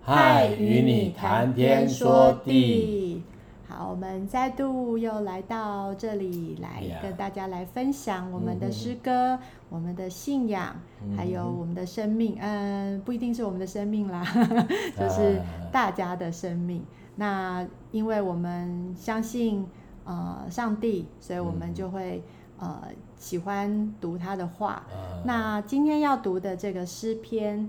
嗨，与你谈天说地。 好，我们再度又来到这里来跟大家来分享我们的诗歌、我们的信仰，还有我们的生命。不一定是我们的生命啦，就是大家的生命。那因为我们相信上帝，所以我们就会喜欢读他的话。那今天要读的这个诗篇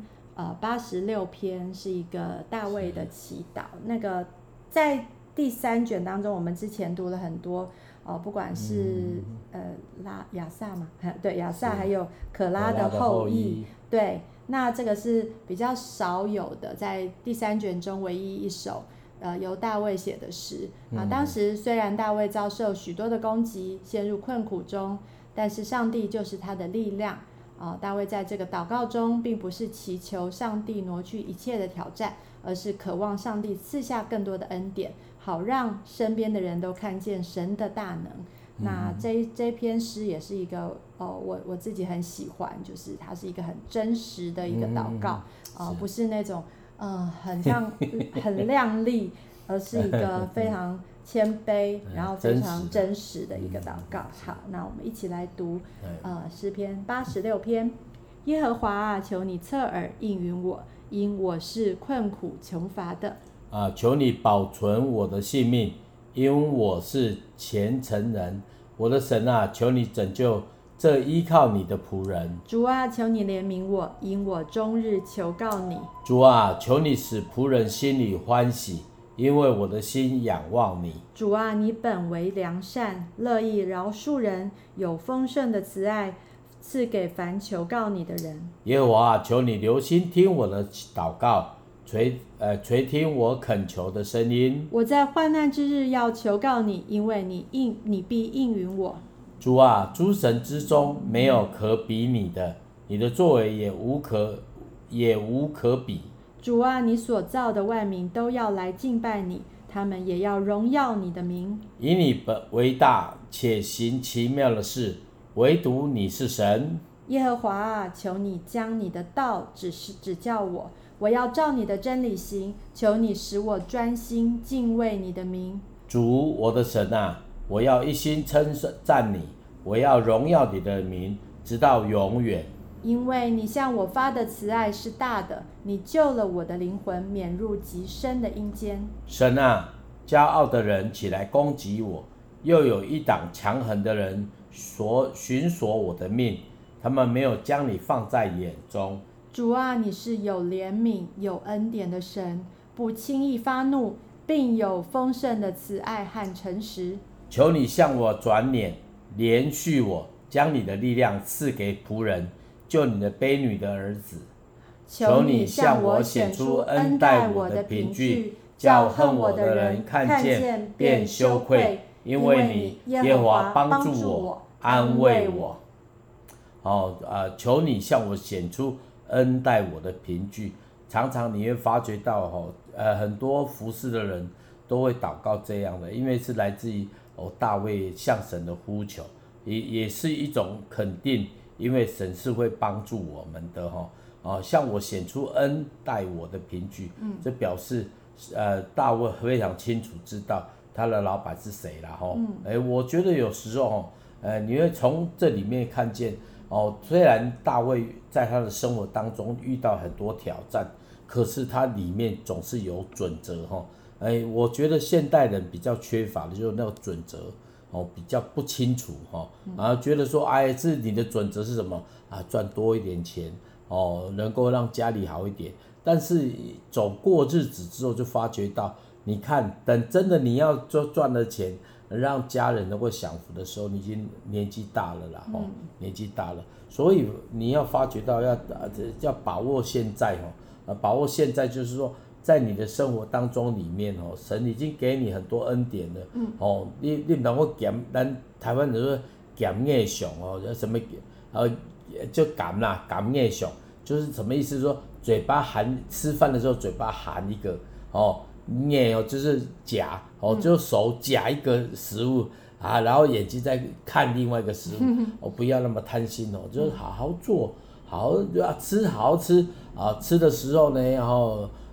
86篇是一个大卫的祈祷。那个在第3卷当中，我们之前读了很多不管是亚萨嘛，对，亚萨还有可拉的后裔，对，那这个是比较少有的，在第3卷中唯一一首由大卫写的诗当时虽然大卫遭受许多的攻击，陷入困苦中，但是上帝就是他的力量大卫在这个祷告中并不是祈求上帝挪去一切的挑战，而是渴望上帝赐下更多的恩典，好让身边的人都看见神的大能。那这篇诗也是一个我自己很喜欢，就是它是一个很真实的一个祷告不是那种很像很亮丽，而是一个非常谦卑然后非常真实的一个祷告。好，那我们一起来读诗篇86篇。耶和华啊，求你侧耳应允我，因我是困苦穷乏的求你保存我的性命，因我是虔诚人。我的神啊，求你拯救这依靠你的仆人。 主啊，求你怜悯我，因我终日求告你。 主啊，求你使仆人心里欢喜，因为我的心仰望你。 主啊，你本为良善，乐意饶恕人，有丰盛的慈爱赐给凡求告你的人。 耶和华啊，求你留心听我的祷告，垂听我恳求的声音。 我在患难之日要求告你，因为你必应允我。 主啊，诸神之中没有可比你的，你的作为也无可比。 主啊，你所造的万民都要来敬拜你，他们也要荣耀你的名。 以你本为大，且行奇妙的事，唯独你是神。 耶和华啊，求你将你的道指教我，我要照你的真理行，求你使我专心敬畏你的名。 主我的神啊，我要一心称赞你，我要荣耀你的名，直到永远。 因为你向我发的慈爱是大的，你救了我的灵魂，免入极深的阴间。 神啊，骄傲的人起来攻击我，又有一党强横的人寻索我的命，他们没有将你放在眼中。 主啊，你是有怜悯有恩典的神，不轻易发怒，并有丰盛的慈爱和诚实。 求你向我转脸，怜恤我，将你的力量赐给仆人，救你的婢女的儿子。 求你向我显出恩待我的凭据，叫恨我的人看见便羞愧，因为你耶和华帮助我，安慰我。 求你向我显出恩待我的凭据。常常你会发觉到很多服侍的人都会祷告这样的，因为是来自于大卫向神的呼求，也是一种肯定，因为神是会帮助我们的向我显出恩待我的凭据，这表示大卫非常清楚知道他的老板是谁啦我觉得有时候你会从这里面看见虽然大卫在他的生活当中遇到很多挑战，可是他里面总是有准则我觉得现代人比较缺乏的就是那个准则比较不清楚觉得说这你的准则是什么赚多一点钱能够让家里好一点，但是走过日子之后就发觉到，你看等真的你要赚了钱让家人能够享福的时候，你已经年纪大了啦年纪大了，所以你要发觉到要把握现在把握现在就是说在你的生活当中里面神已经给你很多恩典了你不能够减，咱台湾人说减业上什么就减啦，减业上就是什么意思？说嘴巴含吃饭的时候嘴巴含一个业就是夹就手夹一个食物然后眼睛在看另外一个食物不要那么贪心就是好好做，好好吃，好好吃吃的时候呢，然后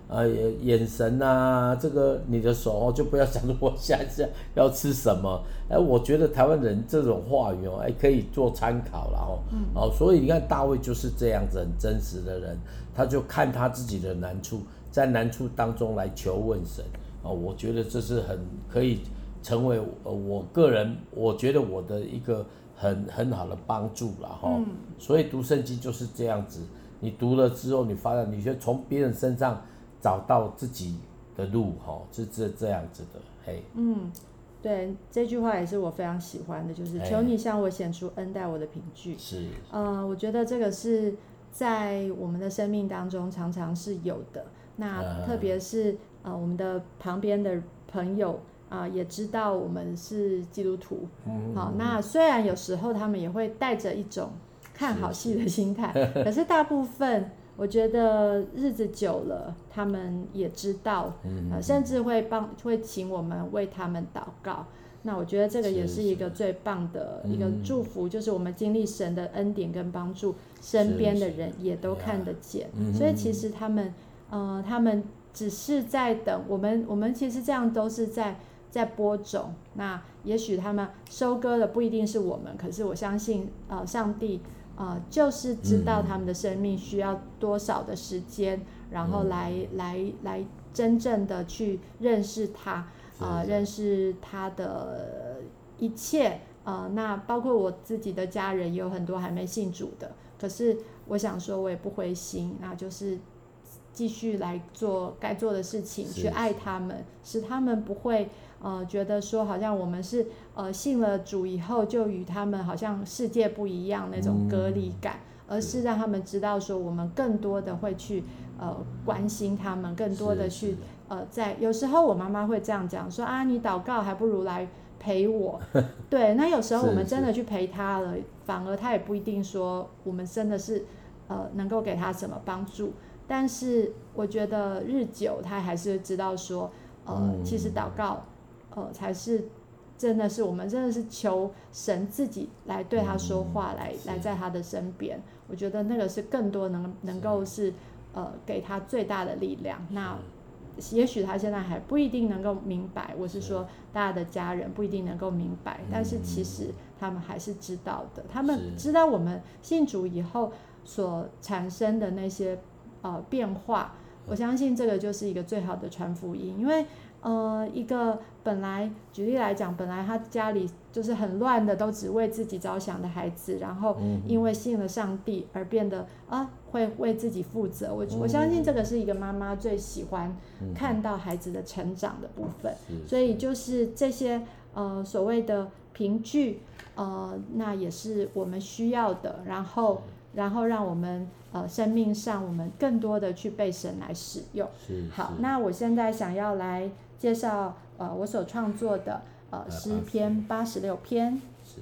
眼神啊，这个你的手就不要想着我下一次要吃什么。我觉得台湾人这种话语可以做参考啦所以你看大卫就是这样子很真实的人，他就看他自己的难处，在难处当中来求问神我觉得这是很可以成为我个人我觉得我的一个很好的帮助啦所以读圣经就是这样子，你读了之后，你发现你就从别人身上找到自己的路是这样子的，嘿。 对，这句话也是我非常喜欢的，就是求你向我显出恩待我的凭据。 是， 我觉得这个是在我们的生命当中常常是有的。那特别是我们的旁边的朋友也知道我们是基督徒。好，那虽然有时候他们也会带着一种看好戏的心态，可是大部分我觉得日子久了，他们也知道，甚至会请我们为他们祷告。那我觉得这个也是一个最棒的一个祝福，就是我们经历神的恩典跟帮助，身边的人也都看得见。所以其实他们只是在等我们其实这样都是在播种。那也许他们收割的不一定是我们，可是我相信上帝就是知道他们的生命需要多少的时间，然后来真正的去认识他，认识他的一切。那包括我自己的家人也有很多还没信主的，可是我想说我也不灰心，那就是继续来做该做的事情，去爱他们，使他们不会觉得说好像我们是信了主以后就与他们好像世界不一样那种隔离感，而是让他们知道说我们更多的会去关心他们，更多的去有时候我妈妈会这样讲说你祷告还不如来陪我对，那有时候我们真的去陪他了，反而他也不一定说我们真的是能够给他什么帮助，但是我觉得日久他还是知道说其实祷告才是真的是我们真的是求神自己来对他说话，来在他的身边。我觉得那个是更多能够是给他最大的力量。那也许他现在还不一定能够明白，我是说大家的家人不一定能够明白，但是其实他们还是知道的，他们知道我们信主以后所产生的那些变化。我相信这个就是一个最好的传福音，因为一个本来举例来讲，本来他家里就是很乱的，都只为自己着想的孩子，然后因为信了上帝而变得会为自己负责。我相信这个是一个妈妈最喜欢看到孩子的成长的部分。所以就是这些所谓的凭据那也是我们需要的，然后让我们生命上我们更多的去被神来使用。好，那我现在想要来介绍我所创作的诗篇86篇。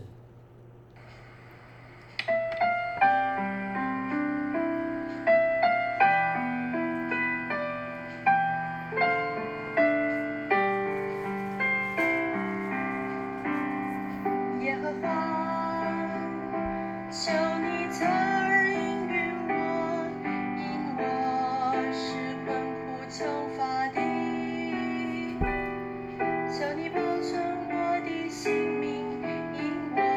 耶和华，求你侧耳应允我，因我是困苦穷乏的。求你保存我的性命，因我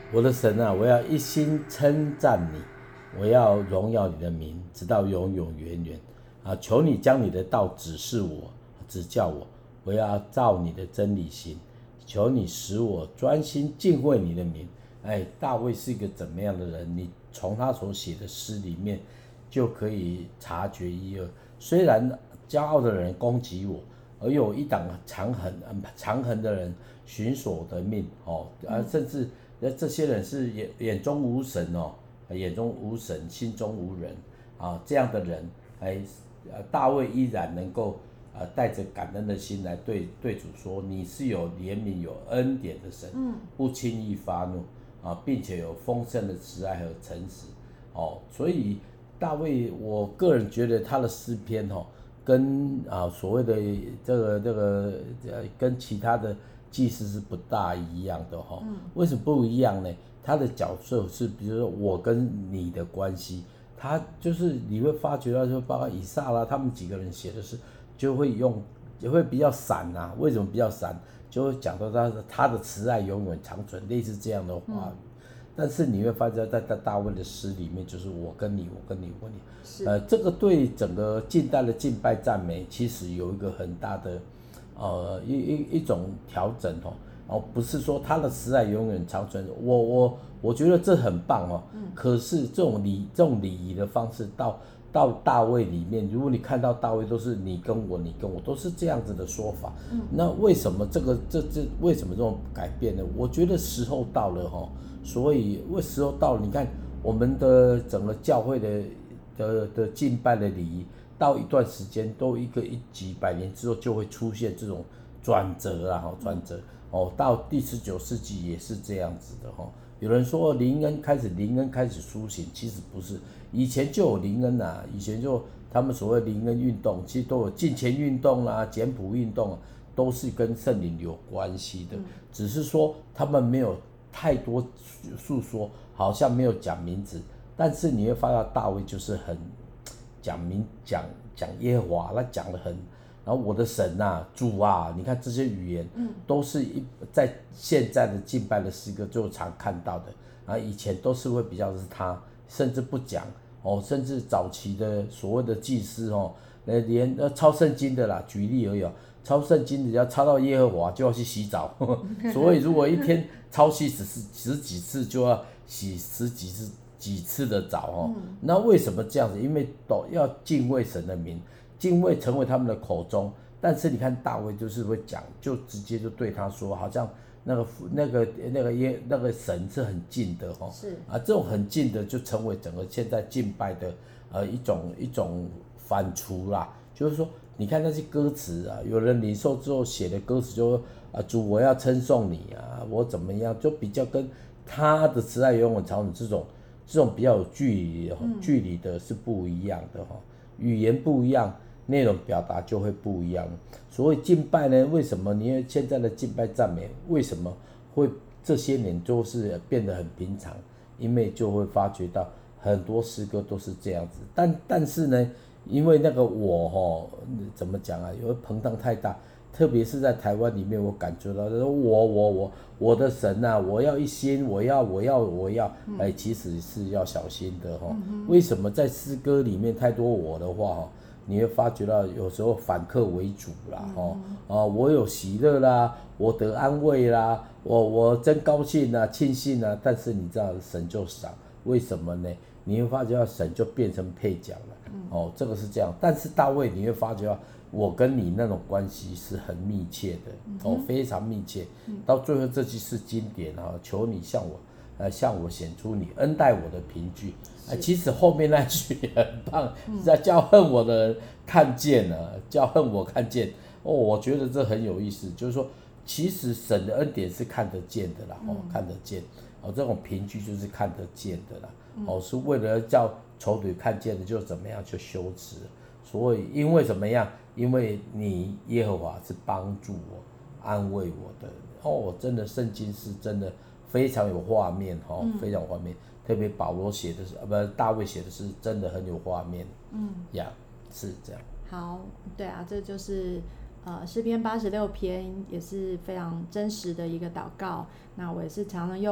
我的神啊，我要一心称赞你，我要荣耀你的名，直到永永远远。求你将你的道指示我，指教我，我要照你的真理行。求你使我专心敬畏你的名。大卫是一个怎么样的人？你从他所写的诗里面就可以察觉一二。虽然骄傲的人攻击我，而有一党长恨的人寻索我的命，甚至这些人是眼中无神，眼中无神，心中无人，这样的人，大卫依然能够带着感恩的心来对主说，你是有怜悯有恩典的神，不轻易发怒，并且有丰盛的慈爱和诚实，所以大卫我个人觉得他的诗篇跟所谓的这个跟其他的祭司是不大一样的为什么不一样呢？他的角色是比如说我跟你的关系，他就是你会发觉到就包括以撒啦，他们几个人写的诗就会比较散为什么比较散？就会讲到他的慈爱永远长存，类似这样的话语。但是你会发现在大卫的诗里面，就是我跟你，这个对整个近代的敬拜赞美其实有一个很大的一种调整不是说他的慈爱永远长存，我觉得这很棒可是这种礼仪的方式到大卫里面，如果你看到大卫都是你跟我都是这样子的说法，那为什么为什么这种改变呢？我觉得时候到了所以时候到了，你看我们的整个教会的敬拜的礼仪，到一段时间都几百年之后就会出现这种转折到第19世纪也是这样子的有人说灵恩开始苏醒，其实不是，以前就有灵恩以前就他们所谓灵恩运动，其实都有敬虔运动简朴运动都是跟圣灵有关系的，只是说他们没有太多诉说，好像没有讲名字，但是你会发现大卫就是很讲耶和华，他讲得很，然后我的神主你看这些语言都是在现在的敬拜的诗歌就常看到的，然后以前都是会比较是他，甚至不讲甚至早期的所谓的祭司连抄圣经的啦，举例而已抄圣经的要抄到耶和华就要去洗澡所以如果一天抄袭十几次就要洗几次的澡那为什么这样子？因为要敬畏神的名，敬畏成为他们的口中。但是你看大卫就是会讲，就直接就对他说，好像那个神是很近的是这种很近的就成为整个现在敬拜的一种反刍啦，就是说你看那些歌词有人领受之后写的歌词就主我要称颂你我怎么样，就比较跟他的慈爱永远长存这种比较有距离的是不一样的语言不一样，内容表达就会不一样。所谓敬拜呢，为什么你现在的敬拜赞美为什么会这些年就是变得很平常？因为就会发觉到很多诗歌都是这样子，但是呢，因为那个我怎么讲有的膨胀太大，特别是在台湾里面，我感觉到我的神我要一心，我要其实是要小心的为什么在诗歌里面太多我的话你会发觉到有时候反客为主啦我有喜乐啦，我得安慰啦，我真高兴庆幸但是你知道神就少，为什么呢？你会发觉到神就变成配角了这个是这样。但是大卫你会发觉到我跟你那种关系是很密切的非常密切到最后这句是经典求你向我显出你恩待我的凭据其实后面那句也很棒在叫恨我的人看见了，叫恨我看见我觉得这很有意思，就是说其实神的恩典是看得见的啦看得见这种凭据就是看得见的啦是为了叫仇敌看见的就怎么样就羞耻，所以因为怎么样，因为你耶和华是帮助我安慰我的真的圣经是真的非常有画面非常有画面，特别保罗写的是大卫写的是真的很有画面是这样。 好，对这就是诗篇86篇也是非常真实的一个祷告，那我也是常常用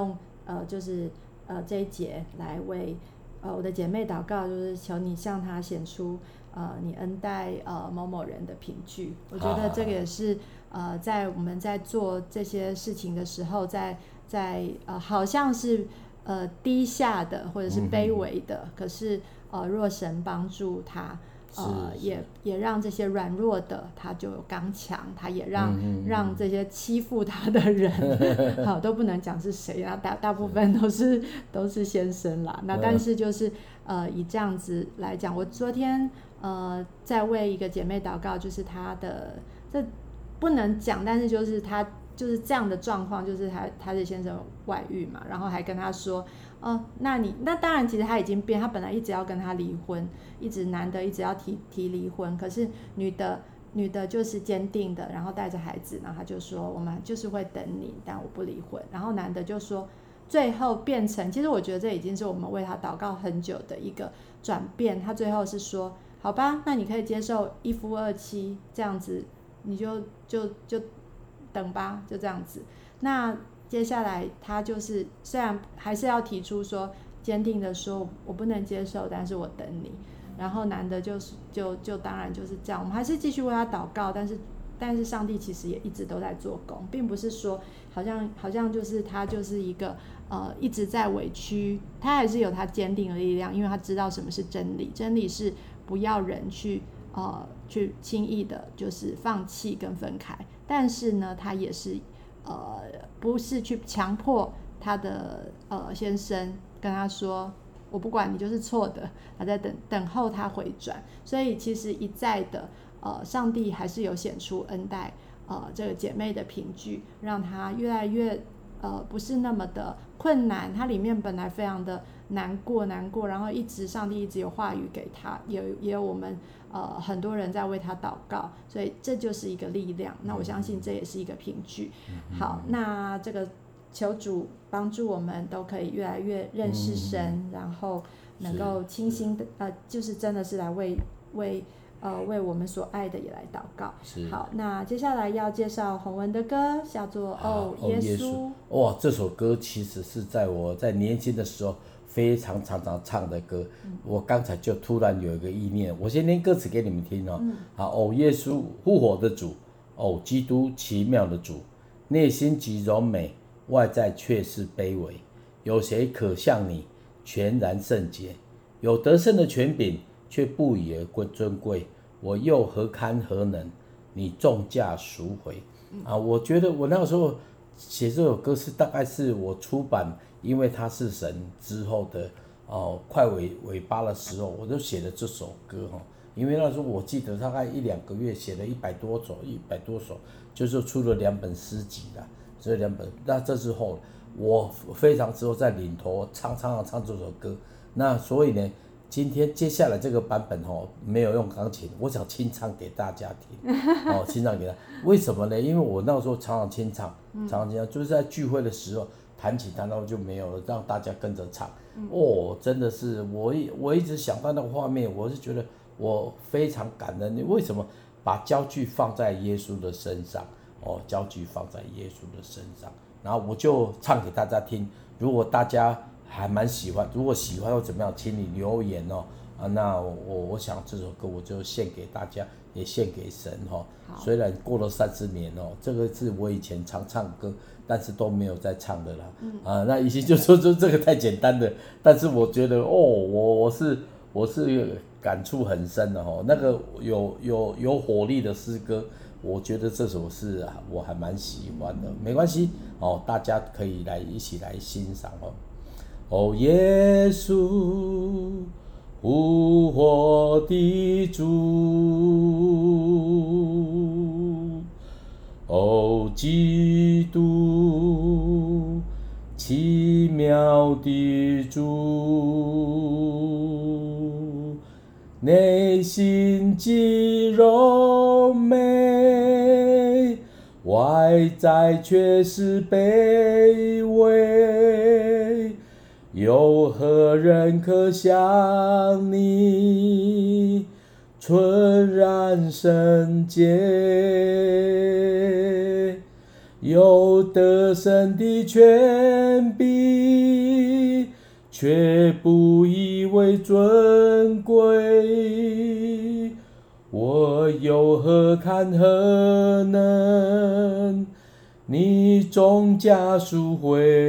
就是这一节来为我的姐妹祷告，就是求你向她显出你恩待某某人的凭据。我觉得这个也是在我们在做这些事情的时候，在好像是低下的或者是卑微的，可是若神帮助他。也让这些软弱的他就有刚强，他也让这些欺负他的人好都不能讲是谁啊，大部分都是先生啦。那但是就是以这样子来讲，我昨天在为一个姐妹祷告，就是她的这不能讲，但是就是她就是这样的状况，就是她的先生外遇嘛，然后还跟她说那当然其实他已经变，他本来一直要跟他离婚，男的一直要提离婚，可是女的就是坚定的，然后带着孩子，然后他就说我们就是会等你，但我不离婚。然后男的就说，最后变成，其实我觉得这已经是我们为他祷告很久的一个转变。他最后是说，好吧，那你可以接受一夫二妻这样子，你就等吧，就这样子。那接下来他就是虽然还是要提出说坚定的说我不能接受，但是我等你。然后男的就当然就是这样，我们还是继续为他祷告，但是上帝其实也一直都在做工，并不是说好像就是他就是一个一直在委屈，他还是有他坚定的力量，因为他知道什么是真理，真理是不要人去轻易的就是放弃跟分开，但是呢他也是不是去强迫他的先生，跟他说我不管你就是错的，他在等候他回转。所以其实一再的上帝还是有显出恩待这个姐妹的凭据，让她越来越不是那么的困难。她里面本来非常的难过，然后上帝一直有话语给她，也有我们很多人在为她祷告，所以这就是一个力量。那我相信这也是一个凭据。好，那这个求主帮助我们都可以越来越认识神，然后能够清心的就是真的是来为我们所爱的也来祷告。好，那接下来要介绍洪文的歌，叫做耶稣。 哇，这首歌其实是在我在年轻的时候非常常唱的歌。我刚才就突然有一个意念，我先念歌词给你们听哦。好，耶稣复活的主，基督奇妙的主，内心极柔美，外在却是卑微。有谁可像你全然圣洁，有得胜的权柄，却不以而尊贵？我又何堪何能？你重价赎回。我觉得我那个时候写这首歌是大概是我出版，因为它是神之后的快尾巴的时候，我就写了这首歌因为那时候我记得大概1-2个月写了100多首，就是出了2本诗集啦，这2本。那这之后我非常之后在领头唱这首歌。那所以呢，今天接下来这个版本没有用钢琴，我想清唱给大家听清唱给他。为什么呢？因为我那时候常常清唱，就是在聚会的时候弹琴弹到就没有了，让大家跟着唱。真的是我一直想到那个画面，我是觉得我非常感恩。你为什么把焦距放在耶稣的身上？焦距放在耶稣的身上，然后我就唱给大家听。如果大家还蛮喜欢，如果喜欢或怎么样，请你留言那我想这首歌我就献给大家，也献给神虽然过了30年这个是我以前常唱歌，但是都没有再唱的啦。那一些就说这个太简单的，但是我觉得我是感触很深的那个有火力的诗歌，我觉得这首是我还蛮喜欢的。没关系大家可以一起来欣赏耶稣复活的主，基督奇妙的主，内心极柔美，外在却是卑微。有何人可像你纯然圣洁，有得胜的权柄， 却不以为尊贵。我有何坎何能，你终加赎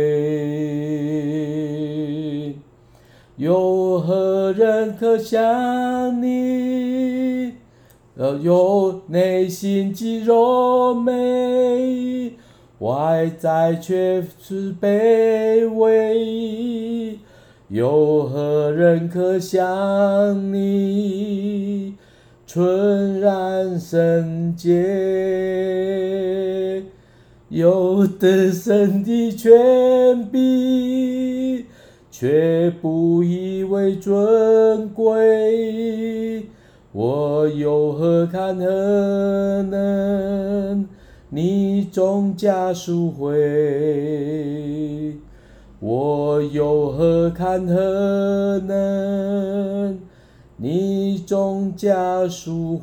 回？有何人可像你？有内心极柔美，外在却是卑微。有何人可像你？纯然圣洁，有得胜的权柄，却不以为尊贵。我有何坎何能，你终加赎回？我有何坎何能，你终加赎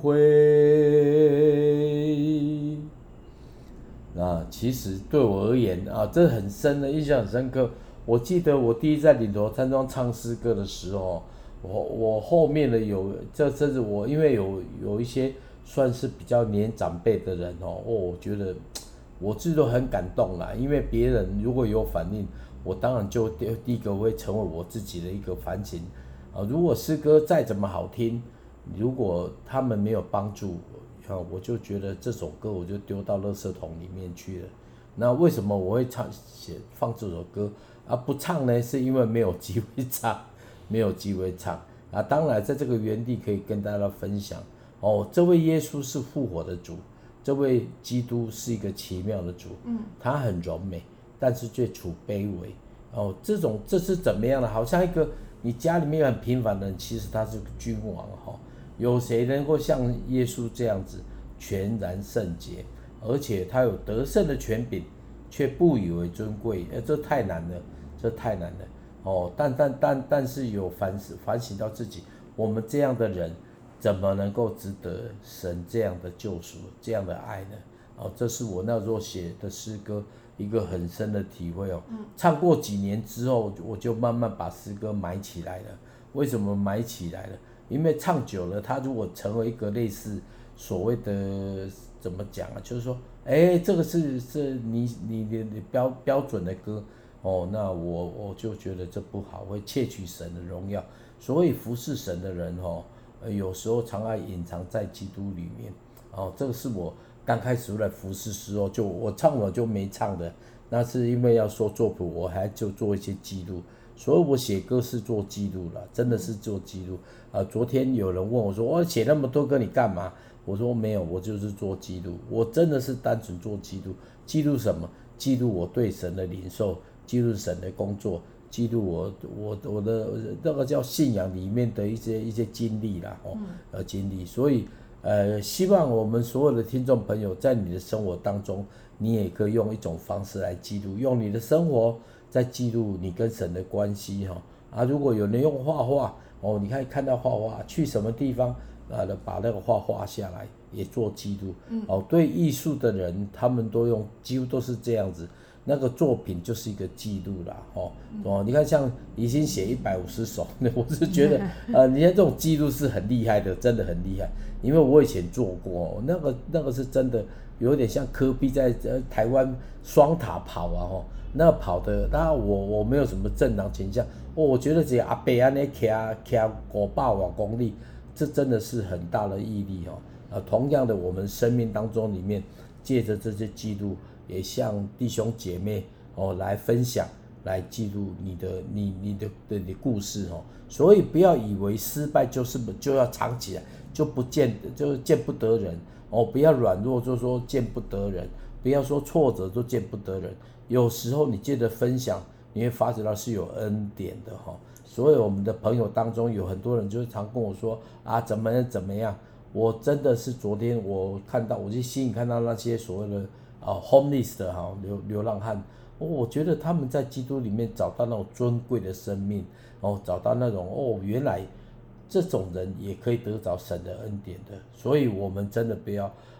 回？其实对我而言这很深的印象很深刻。我记得我第一次在岭头山庄唱诗歌的时候，我后面的甚至我因为有一些算是比较年长辈的人我觉得我自己都很感动啦。因为别人如果有反应，我当然就第一个会成为我自己的一个反省如果诗歌再怎么好听，如果他们没有帮助我就觉得这首歌我就丢到垃圾桶里面去了。那为什么我会放这首歌不唱呢？是因为没有机会唱，没有机会唱当然在这个原地可以跟大家分享这位耶稣是复活的主，这位基督是一个奇妙的主他很柔美，但是却处卑微这是怎么样的？好像一个你家里面有很平凡的人，其实他是个君王有谁能够像耶稣这样子全然圣洁，而且他有得胜的权柄，却不以为尊贵？这太难了，这太难了但是有反省到自己，我们这样的人怎么能够值得神这样的救赎，这样的爱呢？这是我那时候写的诗歌一个很深的体会唱过几年之后，我就慢慢把诗歌埋起来了。为什么埋起来了？因为唱久了，它如果成为一个类似所谓的怎么讲就是说这个是你标准的歌那我就觉得这不好，会窃取神的荣耀。所以服侍神的人有时候常爱隐藏在基督里面这个是我刚开始来服侍时候我唱我就没唱的，那是因为要说作谱，我还就做一些记录。所以我写歌是做记录啦，真的是做记录昨天有人问我说我写那么多歌你干嘛？我说没有，我就是做记录，我真的是单纯做记录。记录什么？记录我对神的领受，记录神的工作，记录我的那个叫信仰里面的一些经历啦经历。所以希望我们所有的听众朋友在你的生活当中，你也可以用一种方式来记录，用你的生活在记录你跟神的关系如果有人用画画你可以看到画画，去什么地方把那个画画下来也做记录对艺术的人，他们几乎都是这样子，那个作品就是一个记录啦你看像已经写150首我是觉得你看这种记录是很厉害的，真的很厉害。因为我以前做过那个是真的有点像科比在台湾双塔跑那跑的，当然我没有什么政党倾向我觉得这阿伯安尼骑500多公里，这真的是很大的毅力同样的，我们生命当中里面借着这些记录，也向弟兄姐妹来分享，来记录你的故事所以不要以为失败就要藏起来，就见不得人不要软弱就说见不得人，不要说挫折就见不得人。有时候你借着分享，你会发觉到是有恩典的所以我们的朋友当中有很多人就会常跟我说怎么样。我真的是昨天我去新营看到那些所谓的homeless 的流浪汉我觉得他们在基督里面找到那种尊贵的生命找到那种原来这种人也可以得着神的恩典的。所以我们真的不要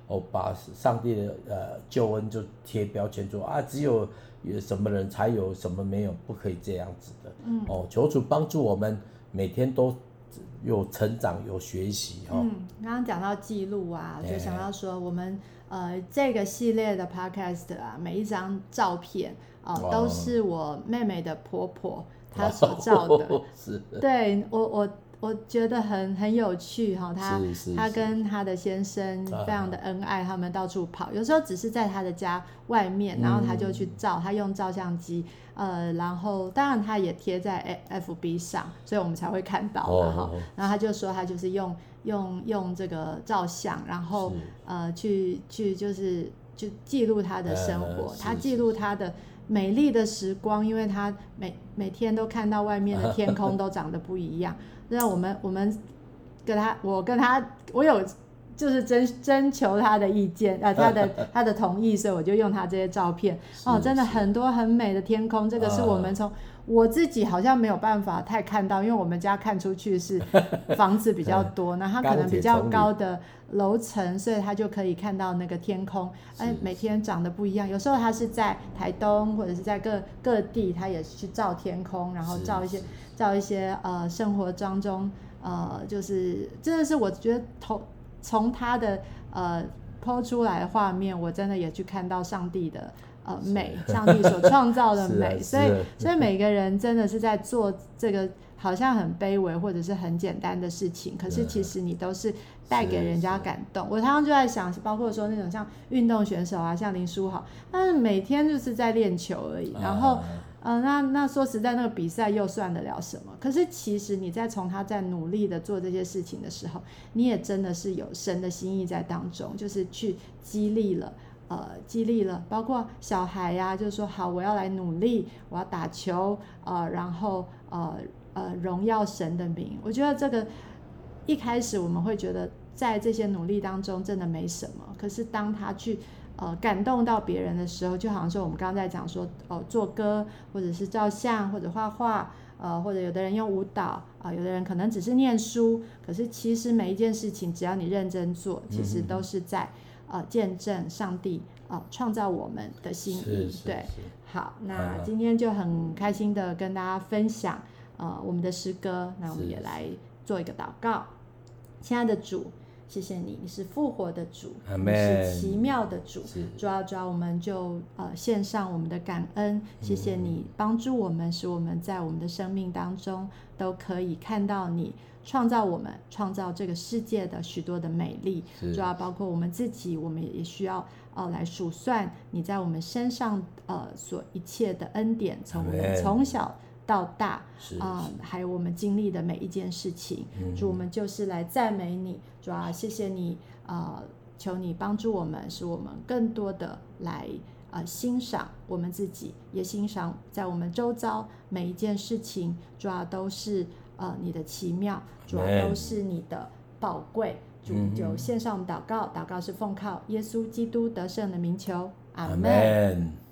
把上帝的救恩就贴标签说只有什么人才有，什么没有，不可以这样子的。求主帮助我们每天都有成长有学习。 刚刚讲到记录啊，就想到说我们这个系列的 podcast 啊，每一张照片都是我妹妹的婆婆她所照的。 是， 对，我觉得很有趣哈，他跟他的先生非常的恩爱，他们到处跑，有时候只是在他的家外面，然后他就去照，他用照相机，然后当然他也贴在 FB 上，所以我们才会看到哈。然后他就说他就是用这个照相，然后去就是记录他的生活，他记录他的美丽的时光，因为他每天都看到外面的天空都长得不一样。那我们我有就是征求他的意见，他的同意，所以我就用他这些照片。真的很多很美的天空，这个是我们从我自己好像没有办法太看到，因为我们家看出去是房子比较多，那他可能比较高的楼层，所以他就可以看到那个天空，每天长得不一样。有时候他是在台东或者是在各地，他也去照天空，然后照一些生活当中就是真的是我觉得从他的po出来的画面，我真的也去看到上帝的美，上帝所创造的美。所以每个人真的是在做这个好像很卑微或者是很简单的事情，可是其实你都是带给人家感动。我常常就在想，包括说那种像运动选手啊，像林书豪，他每天就是在练球而已，然后那说实在，那个比赛又算得了什么？可是其实你从他在努力的做这些事情的时候，你也真的是有神的心意在当中，就是去激励了，包括小孩呀，就是说好，我要来努力，我要打球，然后荣耀神的名。我觉得这个一开始我们会觉得在这些努力当中真的没什么，可是当他去感动到别人的时候，就好像说我们刚刚在讲说做歌或者是照相或者画画，或者有的人用舞蹈有的人可能只是念书，可是其实每一件事情只要你认真做，其实都是在见证上帝创造我们的心意。对，好，那今天就很开心的跟大家分享我们的诗歌，那我们也来做一个祷告。亲爱的主，谢谢你，你是复活的主，你是奇妙的主。主要我们就献上我们的感恩，谢谢你帮助我们，使我们在我们的生命当中都可以看到你创造我们，创造这个世界的许多的美丽。主要包括我们自己，我们也需要来数算你在我们身上所一切的恩典，从我们从小到大还有我们经历的每一件事情。主，我们就是来赞美你。主啊，谢谢你求你帮助我们，使我们更多的来欣赏我们自己，也欣赏在我们周遭每一件事情。主啊，都是你的奇妙，主啊，都是你的宝贵。主，就献上我们祷告，祷告是奉靠耶稣基督得胜的名求，阿们。